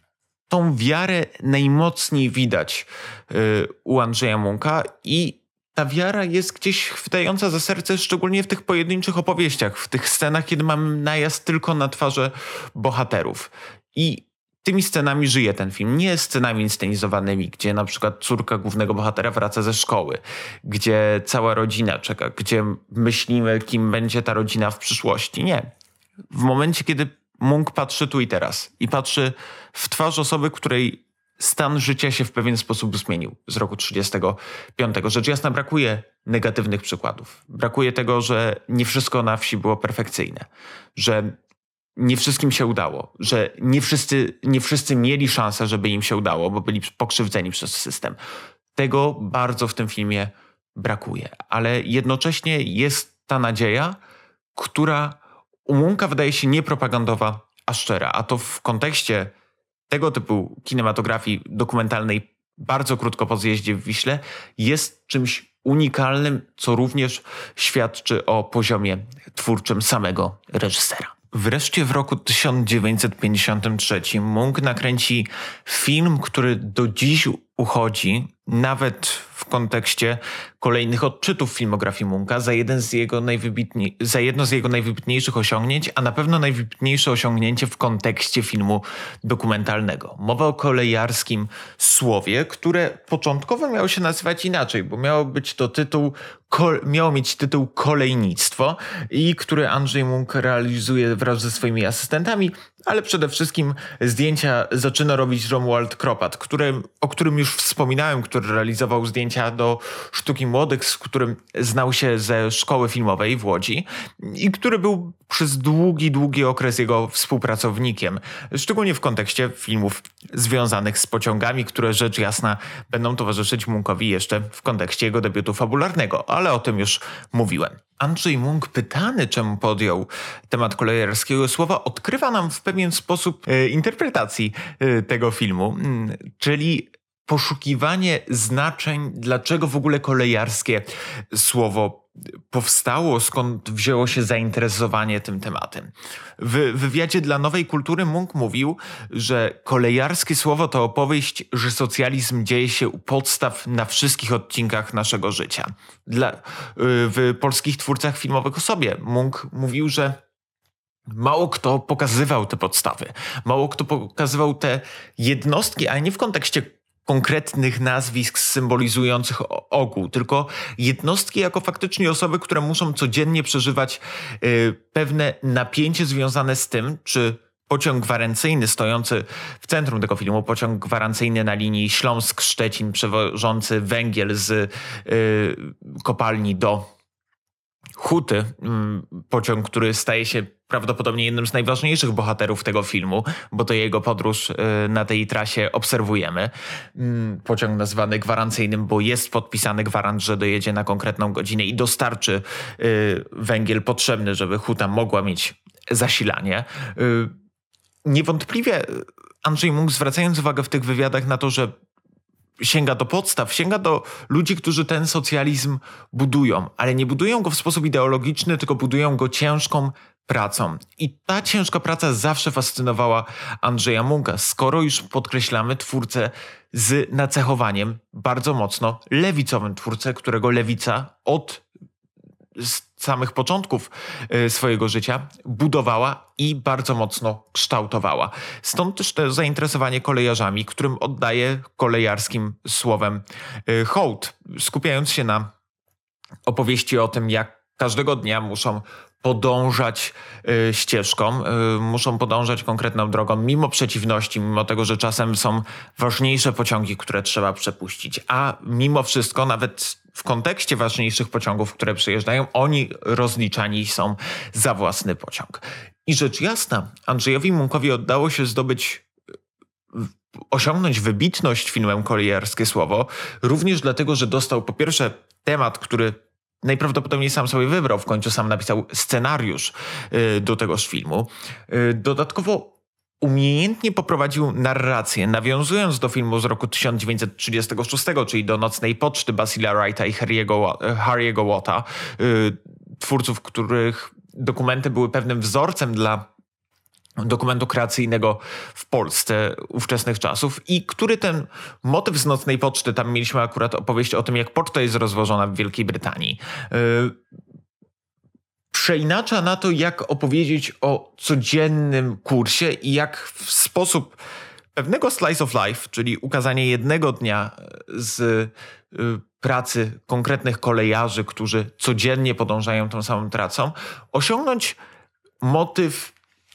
tą wiarę najmocniej widać y, u Andrzeja Munka i ta wiara jest gdzieś chwytająca za serce, szczególnie w tych pojedynczych opowieściach, w tych scenach, kiedy mamy najazd tylko na twarze bohaterów. I tymi scenami żyje ten film. Nie scenami inscenizowanymi, gdzie na przykład córka głównego bohatera wraca ze szkoły, gdzie cała rodzina czeka, gdzie myślimy, kim będzie ta rodzina w przyszłości. Nie. W momencie, kiedy Munk patrzy tu i teraz i patrzy w twarz osoby, której stan życia się w pewien sposób zmienił z roku trzydziestego piątego. Rzecz jasna, brakuje negatywnych przykładów. Brakuje tego, że nie wszystko na wsi było perfekcyjne, że nie wszystkim się udało, że nie wszyscy, nie wszyscy mieli szansę, żeby im się udało, bo byli pokrzywdzeni przez system. Tego bardzo w tym filmie brakuje, ale jednocześnie jest ta nadzieja, która u Munka wydaje się niepropagandowa, a szczera. A to w kontekście tego typu kinematografii dokumentalnej bardzo krótko po zjeździe w Wiśle jest czymś unikalnym, co również świadczy o poziomie twórczym samego reżysera. Wreszcie w roku tysiąc dziewięćset pięćdziesiątym trzecim Munk nakręci film, który do dziś uchodzi, nawet w kontekście kolejnych odczytów filmografii Munka, za, jeden z jego najwybitniej, za jedno z jego najwybitniejszych osiągnięć, a na pewno najwybitniejsze osiągnięcie w kontekście filmu dokumentalnego. Mowa o kolejarskim słowie, które początkowo miało się nazywać inaczej, bo miało być to tytuł, kol, miało mieć tytuł Kolejnictwo i który Andrzej Munk realizuje wraz ze swoimi asystentami, ale przede wszystkim zdjęcia zaczyna robić Romuald Kropat, który, o którym już wspominałem, który realizował zdjęcia do Sztuki Młodych, z którym znał się ze szkoły filmowej w Łodzi i który był przez długi, długi okres jego współpracownikiem, szczególnie w kontekście filmów związanych z pociągami, które rzecz jasna będą towarzyszyć Munkowi jeszcze w kontekście jego debiutu fabularnego, ale o tym już mówiłem. Andrzej Munk, pytany, czemu podjął temat kolejarskiego słowa, odkrywa nam w pewien sposób e, interpretacji e, tego filmu, m, czyli poszukiwanie znaczeń, dlaczego w ogóle kolejarskie słowo powstało, skąd wzięło się zainteresowanie tym tematem. W wywiadzie dla Nowej Kultury Munk mówił, że kolejarskie słowo to opowieść, że socjalizm dzieje się u podstaw na wszystkich odcinkach naszego życia. Dla, w polskich twórcach filmowych o sobie Munk mówił, że mało kto pokazywał te podstawy, mało kto pokazywał te jednostki, ale nie w kontekście konkretnych nazwisk symbolizujących ogół, tylko jednostki jako faktycznie osoby, które muszą codziennie przeżywać y, pewne napięcie związane z tym, czy pociąg gwarancyjny stojący w centrum tego filmu, pociąg gwarancyjny na linii Śląsk-Szczecin przewożący węgiel z y, kopalni do Huty, pociąg, który staje się prawdopodobnie jednym z najważniejszych bohaterów tego filmu, bo to jego podróż na tej trasie obserwujemy. Pociąg nazwany gwarancyjnym, bo jest podpisany gwarant, że dojedzie na konkretną godzinę i dostarczy węgiel potrzebny, żeby Huta mogła mieć zasilanie. Niewątpliwie Andrzej Munk, zwracając uwagę w tych wywiadach na to, że sięga do podstaw, sięga do ludzi, którzy ten socjalizm budują, ale nie budują go w sposób ideologiczny, tylko budują go ciężką pracą. I ta ciężka praca zawsze fascynowała Andrzeja Munka, skoro już podkreślamy twórcę z nacechowaniem bardzo mocno lewicowym, twórcę, którego lewica od z samych początków swojego życia budowała i bardzo mocno kształtowała. Stąd też to zainteresowanie kolejarzami, którym oddaje kolejarskim słowem hołd, skupiając się na opowieści o tym, jak każdego dnia muszą podążać y, ścieżką, y, muszą podążać konkretną drogą, mimo przeciwności, mimo tego, że czasem są ważniejsze pociągi, które trzeba przepuścić. A mimo wszystko, nawet w kontekście ważniejszych pociągów, które przyjeżdżają, oni rozliczani są za własny pociąg. I rzecz jasna, Andrzejowi Munkowi udało się zdobyć osiągnąć wybitność filmem Kolejarskie Słowo, również dlatego, że dostał po pierwsze temat, który najprawdopodobniej sam sobie wybrał, w końcu sam napisał scenariusz do tegoż filmu. Dodatkowo umiejętnie poprowadził narrację, nawiązując do filmu z roku tysiąc dziewięćset trzydziestego szóstego, czyli do Nocnej Poczty Basila Wrighta i Harry'ego, Harry'ego Watta, twórców, których dokumenty były pewnym wzorcem dla dokumentu kreacyjnego w Polsce ówczesnych czasów i który ten motyw z Nocnej Poczty, tam mieliśmy akurat opowieść o tym, jak poczta jest rozwożona w Wielkiej Brytanii, yy, przeinacza na to, jak opowiedzieć o codziennym kursie i jak w sposób pewnego slice of life, czyli ukazanie jednego dnia z yy, pracy konkretnych kolejarzy, którzy codziennie podążają tą samą trasą, osiągnąć motyw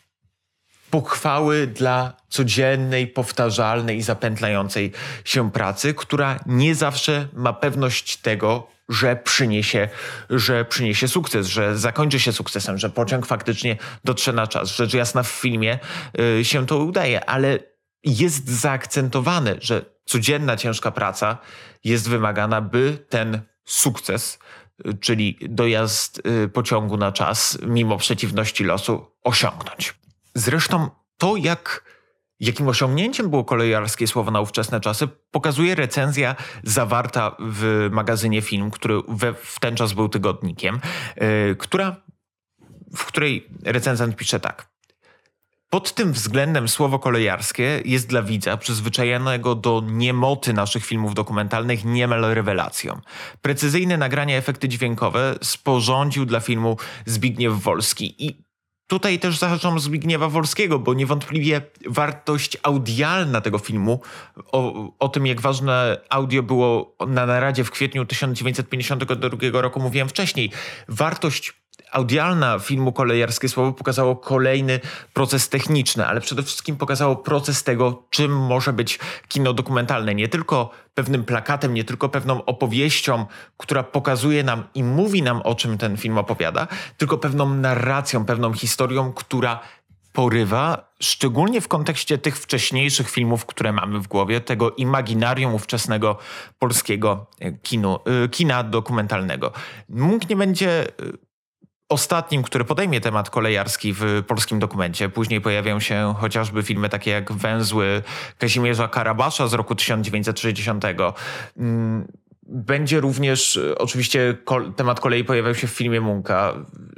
pochwały dla codziennej, powtarzalnej i zapętlającej się pracy, która nie zawsze ma pewność tego, że przyniesie, że przyniesie sukces, że zakończy się sukcesem, że pociąg faktycznie dotrze na czas. Rzecz jasna w filmie y, się to udaje, ale jest zaakcentowane, że codzienna, ciężka praca jest wymagana, by ten sukces, y, czyli dojazd y, pociągu na czas, mimo przeciwności losu, osiągnąć. Zresztą to, jak, jakim osiągnięciem było Kolejarskie Słowo na ówczesne czasy, pokazuje recenzja zawarta w magazynie Film, który we, w ten czas był tygodnikiem, yy, która, w której recenzent pisze tak. Pod tym względem słowo kolejarskie jest dla widza przyzwyczajonego do niemoty naszych filmów dokumentalnych niemal rewelacją. Precyzyjne nagrania, efekty dźwiękowe sporządził dla filmu Zbigniew Wolski i tutaj też zahaczam Zbigniewa Wolskiego, bo niewątpliwie wartość audialna tego filmu, o, o tym jak ważne audio było na naradzie w kwietniu tysiąc dziewięćset pięćdziesiątego drugiego roku mówiłem wcześniej. Wartość audialna filmu Kolejarskie Słowo pokazało kolejny proces techniczny, ale przede wszystkim pokazało proces tego, czym może być kino dokumentalne. Nie tylko pewnym plakatem, nie tylko pewną opowieścią, która pokazuje nam i mówi nam, o czym ten film opowiada, tylko pewną narracją, pewną historią, która porywa, szczególnie w kontekście tych wcześniejszych filmów, które mamy w głowie, tego imaginarium ówczesnego polskiego kinu, kina dokumentalnego. Mógł nie będzie ostatnim, który podejmie temat kolejarski w polskim dokumencie. Później pojawią się chociażby filmy takie jak Węzły Kazimierza Karabasza z roku tysiąc dziewięćset sześćdziesiątego. Będzie również oczywiście kol- temat kolei pojawiał się w filmie Munka.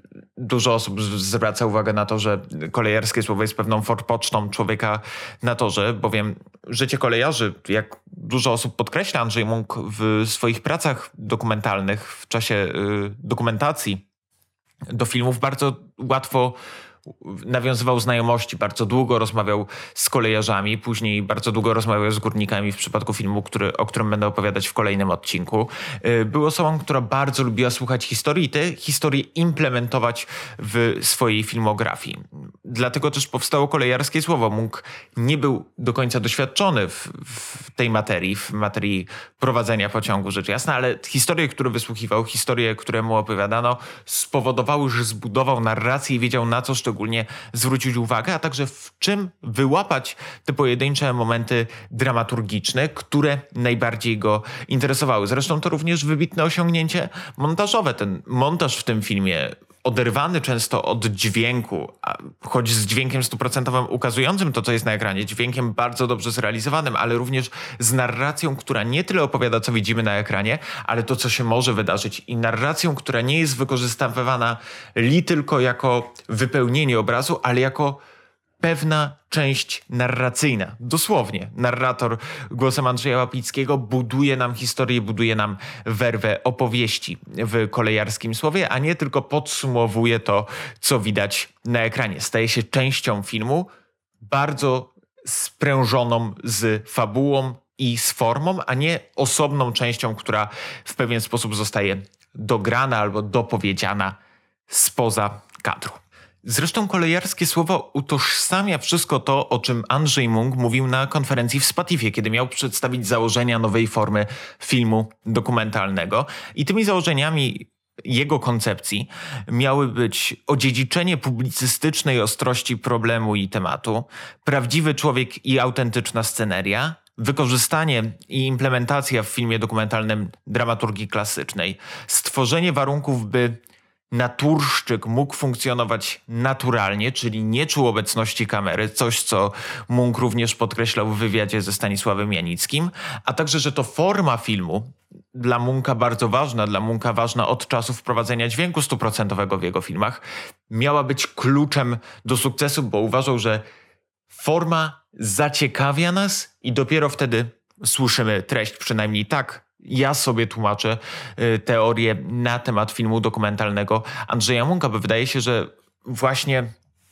Dużo osób zwraca uwagę na to, że Kolejarskie Słowo jest pewną forpocztą człowieka na torze, bowiem życie kolejarzy, jak dużo osób podkreśla Andrzej Munk w swoich pracach dokumentalnych w czasie y, dokumentacji do filmów, bardzo łatwo nawiązywał znajomości, bardzo długo rozmawiał z kolejarzami, później bardzo długo rozmawiał z górnikami w przypadku filmu, który, o którym będę opowiadać w kolejnym odcinku. Był osobą, która bardzo lubiła słuchać historii i te historie implementować w swojej filmografii. Dlatego też powstało Kolejarskie Słowo. Mógł nie był do końca doświadczony w, w tej materii, w materii prowadzenia pociągu, rzecz jasna, ale historie, które wysłuchiwał, historie, które mu opowiadano, spowodowały, że zbudował narrację i wiedział, na co szczególnie zwrócić uwagę, a także w czym wyłapać te pojedyncze momenty dramaturgiczne, które najbardziej go interesowały. Zresztą to również wybitne osiągnięcie montażowe. Ten montaż w tym filmie, oderwany często od dźwięku, a choć z dźwiękiem stuprocentowym ukazującym to, co jest na ekranie, dźwiękiem bardzo dobrze zrealizowanym, ale również z narracją, która nie tyle opowiada, co widzimy na ekranie, ale to, co się może wydarzyć, i narracją, która nie jest wykorzystywana li tylko jako wypełnienie obrazu, ale jako pewna część narracyjna. Dosłownie. Narrator głosem Andrzeja Łapickiego buduje nam historię, buduje nam werwę opowieści w Kolejarskim Słowie, a nie tylko podsumowuje to, co widać na ekranie. Staje się częścią filmu, bardzo sprężoną z fabułą i z formą, a nie osobną częścią, która w pewien sposób zostaje dograna albo dopowiedziana spoza kadru. Zresztą Kolejarskie Słowo utożsamia wszystko to, o czym Andrzej Munk mówił na konferencji w Spatifie, kiedy miał przedstawić założenia nowej formy filmu dokumentalnego. I tymi założeniami jego koncepcji miały być odziedziczenie publicystycznej ostrości problemu i tematu, prawdziwy człowiek i autentyczna sceneria, wykorzystanie i implementacja w filmie dokumentalnym dramaturgii klasycznej, stworzenie warunków, by naturszczyk mógł funkcjonować naturalnie, czyli nie czuł obecności kamery, coś co Munk również podkreślał w wywiadzie ze Stanisławem Janickim, a także, że to forma filmu, dla Munka bardzo ważna, dla Munka ważna od czasu wprowadzenia dźwięku stuprocentowego w jego filmach, miała być kluczem do sukcesu, bo uważał, że forma zaciekawia nas i dopiero wtedy słyszymy treść, przynajmniej tak ja sobie tłumaczę y, teorię na temat filmu dokumentalnego Andrzeja Munka, bo wydaje się, że właśnie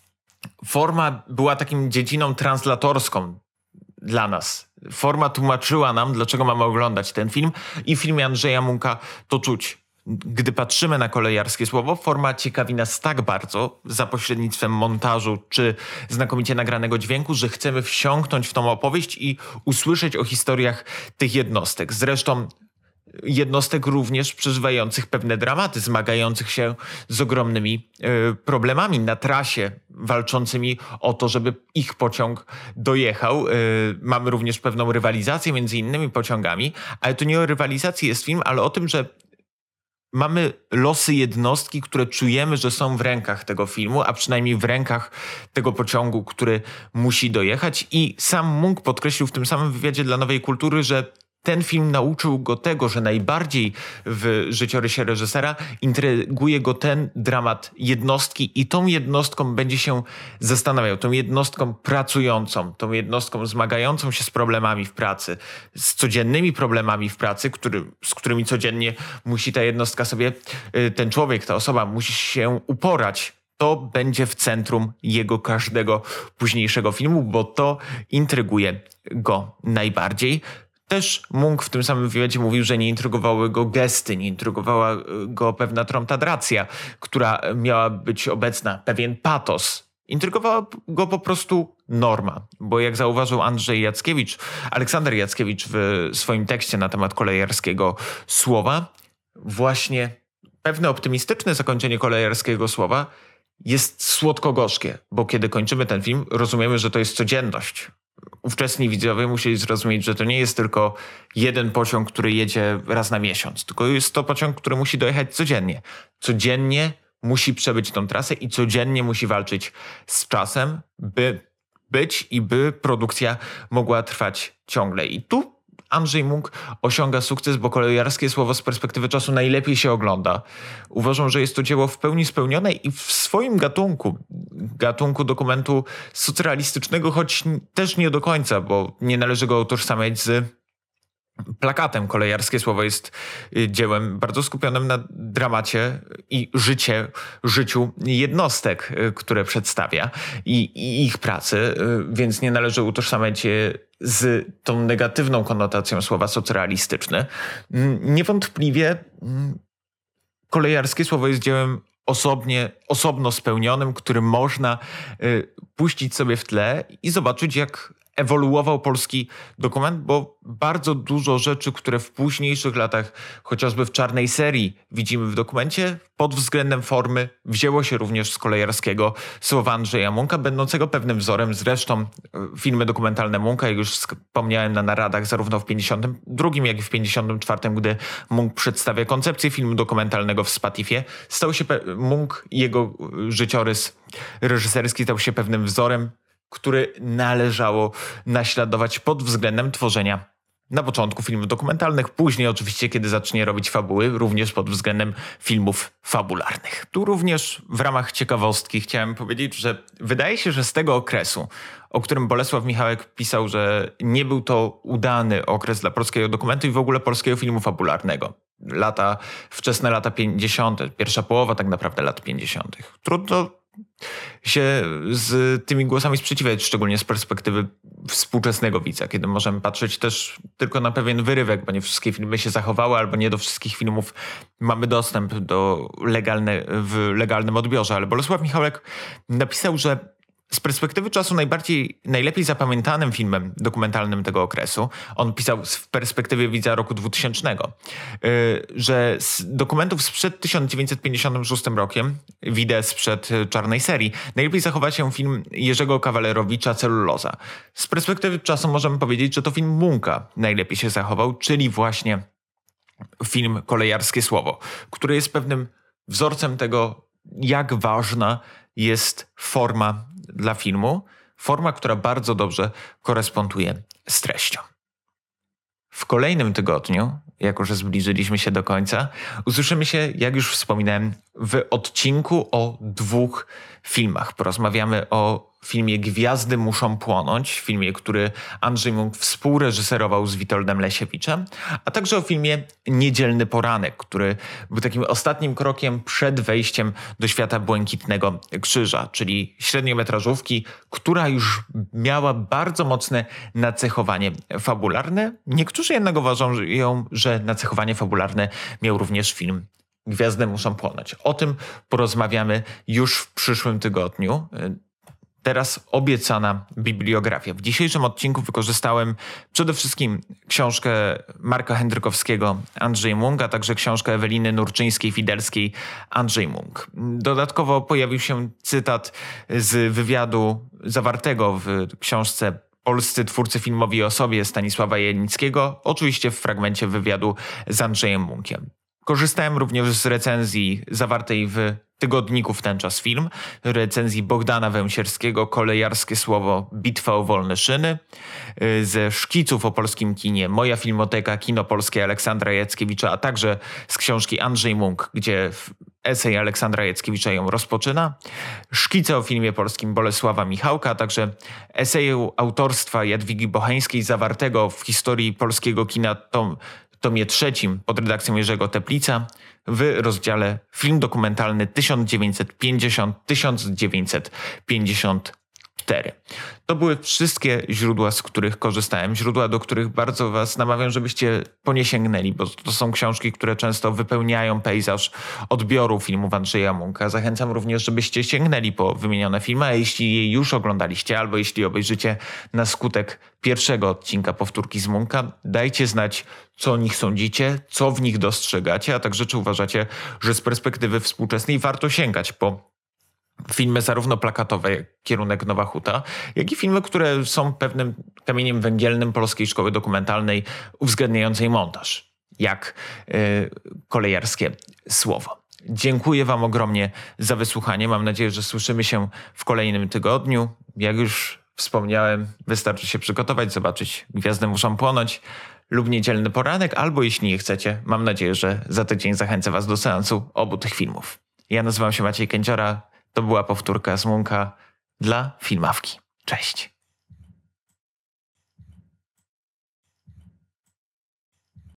forma była takim dziedziną translatorską dla nas. Forma tłumaczyła nam, dlaczego mamy oglądać ten film i w filmie Andrzeja Munka to czuć. Gdy patrzymy na Kolejarskie Słowo, forma ciekawi nas tak bardzo za pośrednictwem montażu czy znakomicie nagranego dźwięku, że chcemy wsiąknąć w tą opowieść i usłyszeć o historiach tych jednostek. Zresztą jednostek również przeżywających pewne dramaty, zmagających się z ogromnymi y, problemami na trasie, walczącymi o to, żeby ich pociąg dojechał. Y, mamy również pewną rywalizację między innymi pociągami, ale to nie o rywalizacji jest film, ale o tym, że mamy losy jednostki, które czujemy, że są w rękach tego filmu, a przynajmniej w rękach tego pociągu, który musi dojechać. I sam Munk podkreślił w tym samym wywiadzie dla Nowej Kultury, że ten film nauczył go tego, że najbardziej w życiorysie reżysera intryguje go ten dramat jednostki i tą jednostką będzie się zastanawiał, tą jednostką pracującą, tą jednostką zmagającą się z problemami w pracy, z codziennymi problemami w pracy, który, z którymi codziennie musi ta jednostka sobie, ten człowiek, ta osoba musi się uporać. To będzie w centrum jego każdego późniejszego filmu, bo to intryguje go najbardziej. Też Munk w tym samym wywiadzie mówił, że nie intrygowały go gesty, nie intrygowała go pewna tromtadracja, która miała być obecna, pewien patos. Intrygowała go po prostu norma, bo jak zauważył Andrzej Jackiewicz, Aleksander Jackiewicz w swoim tekście na temat Kolejarskiego Słowa, właśnie pewne optymistyczne zakończenie Kolejarskiego Słowa jest słodko-gorzkie, bo kiedy kończymy ten film, rozumiemy, że to jest codzienność. Ówczesni widzowie musieli zrozumieć, że to nie jest tylko jeden pociąg, który jedzie raz na miesiąc, tylko jest to pociąg, który musi dojechać codziennie. Codziennie musi przebyć tą trasę i codziennie musi walczyć z czasem, by być i by produkcja mogła trwać ciągle. I tu Andrzej Munk osiąga sukces, bo Kolejarskie Słowo z perspektywy czasu najlepiej się ogląda. Uważam, że jest to dzieło w pełni spełnione i w swoim gatunku, gatunku dokumentu socrealistycznego, choć też nie do końca, bo nie należy go utożsamiać z plakatem. Kolejarskie Słowo jest dziełem bardzo skupionym na dramacie i życie, życiu jednostek, które przedstawia i, i ich pracy, więc nie należy utożsamiać je z tą negatywną konotacją słowa socrealistyczny. Niewątpliwie Kolejarskie Słowo jest dziełem osobnie, osobno spełnionym, który można y, puścić sobie w tle i zobaczyć, jak ewoluował polski dokument, bo bardzo dużo rzeczy, które w późniejszych latach, chociażby w Czarnej Serii widzimy w dokumencie, pod względem formy wzięło się również z Kolejarskiego Słowa Andrzeja Munka, będącego pewnym wzorem. Zresztą filmy dokumentalne Munka, jak już wspomniałem na naradach, zarówno w pięćdziesiątym drugim, jak i w pięćdziesiątym czwartym, gdy Munk przedstawia koncepcję filmu dokumentalnego w Spatifie, stał się Munk i jego życiorys reżyserski stał się pewnym wzorem, który należało naśladować pod względem tworzenia na początku filmów dokumentalnych, później oczywiście, kiedy zacznie robić fabuły, również pod względem filmów fabularnych. Tu również w ramach ciekawostki chciałem powiedzieć, że wydaje się, że z tego okresu, o którym Bolesław Michałek pisał, że nie był to udany okres dla polskiego dokumentu i w ogóle polskiego filmu fabularnego. Lata, wczesne lata pięćdziesiąte, pierwsza połowa tak naprawdę lat pięćdziesiątych. Trudno się z tymi głosami sprzeciwiać, szczególnie z perspektywy współczesnego widza, kiedy możemy patrzeć też tylko na pewien wyrywek, bo nie wszystkie filmy się zachowały, albo nie do wszystkich filmów mamy dostęp do legalne, w legalnym odbiorze. Ale Bolesław Michałek napisał, że Z perspektywy czasu najbardziej, najlepiej zapamiętanym filmem dokumentalnym tego okresu, on pisał w perspektywie widza roku dwutysięcznego, yy, że z dokumentów sprzed tysiąc dziewięćset pięćdziesiątym szóstym rokiem, widać sprzed Czarnej Serii, najlepiej zachowa się film Jerzego Kawalerowicza Celuloza. Z perspektywy czasu możemy powiedzieć, że to film Munka najlepiej się zachował, czyli właśnie film Kolejarskie Słowo, który jest pewnym wzorcem tego, jak ważna jest forma dla filmu, forma, która bardzo dobrze koresponduje z treścią. W kolejnym tygodniu, jako że zbliżyliśmy się do końca, usłyszymy się, jak już wspominałem, w odcinku o dwóch filmach. Porozmawiamy o filmie Gwiazdy muszą płonąć, filmie, który Andrzej Munk współreżyserował z Witoldem Lesiewiczem, a także o filmie Niedzielny poranek, który był takim ostatnim krokiem przed wejściem do świata Błękitnego Krzyża, czyli średniometrażówki, która już miała bardzo mocne nacechowanie fabularne. Niektórzy jednak uważają, że nacechowanie fabularne miał również film Gwiazdy muszą płonąć. O tym porozmawiamy już w przyszłym tygodniu. Teraz obiecana bibliografia. W dzisiejszym odcinku wykorzystałem przede wszystkim książkę Marka Hendrykowskiego Andrzej Munk, a także książkę Eweliny Nurczyńskiej-Fidelskiej Andrzej Munk. Dodatkowo pojawił się cytat z wywiadu zawartego w książce Polscy twórcy filmowi o sobie Stanisława Janickiego, oczywiście w fragmencie wywiadu z Andrzejem Munkiem. Korzystałem również z recenzji zawartej w tygodniku W ten czas film, recenzji Bogdana Węsierskiego Kolejarskie Słowo, Bitwa o wolne szyny, ze szkiców o polskim kinie Moja filmoteka, Kino polskie Aleksandra Jackiewicza, a także z książki Andrzej Munk, gdzie esej Aleksandra Jackiewicza ją rozpoczyna, szkice o filmie polskim Bolesława Michałka, a także eseju autorstwa Jadwigi Bocheńskiej zawartego w historii polskiego kina tom, tomie trzecim pod redakcją Jerzego Teplica w rozdziale Film dokumentalny tysiąc dziewięćset pięćdziesiąt do tysiąc dziewięćset pięćdziesiąt cztery. To były wszystkie źródła, z których korzystałem. Źródła, do których bardzo was namawiam, żebyście po nie sięgnęli, bo to są książki, które często wypełniają pejzaż odbioru filmów Andrzeja Munka. Zachęcam również, żebyście sięgnęli po wymienione filmy, a jeśli je już oglądaliście, albo jeśli obejrzycie na skutek pierwszego odcinka Powtórki z Munka, dajcie znać, co o nich sądzicie, co w nich dostrzegacie, a także czy uważacie, że z perspektywy współczesnej warto sięgać po filmy zarówno plakatowe, jak Kierunek Nowa Huta, jak i filmy, które są pewnym kamieniem węgielnym polskiej szkoły dokumentalnej uwzględniającej montaż, jak yy, Kolejarskie Słowo. Dziękuję wam ogromnie za wysłuchanie. Mam nadzieję, że słyszymy się w kolejnym tygodniu. Jak już wspomniałem, wystarczy się przygotować, zobaczyć Gwiazdy muszą płonąć lub Niedzielny poranek, albo jeśli nie chcecie, mam nadzieję, że za tydzień zachęcę was do seansu obu tych filmów. Ja nazywam się Maciej Kędziora. To była powtórka z Munka dla Filmawki. Cześć.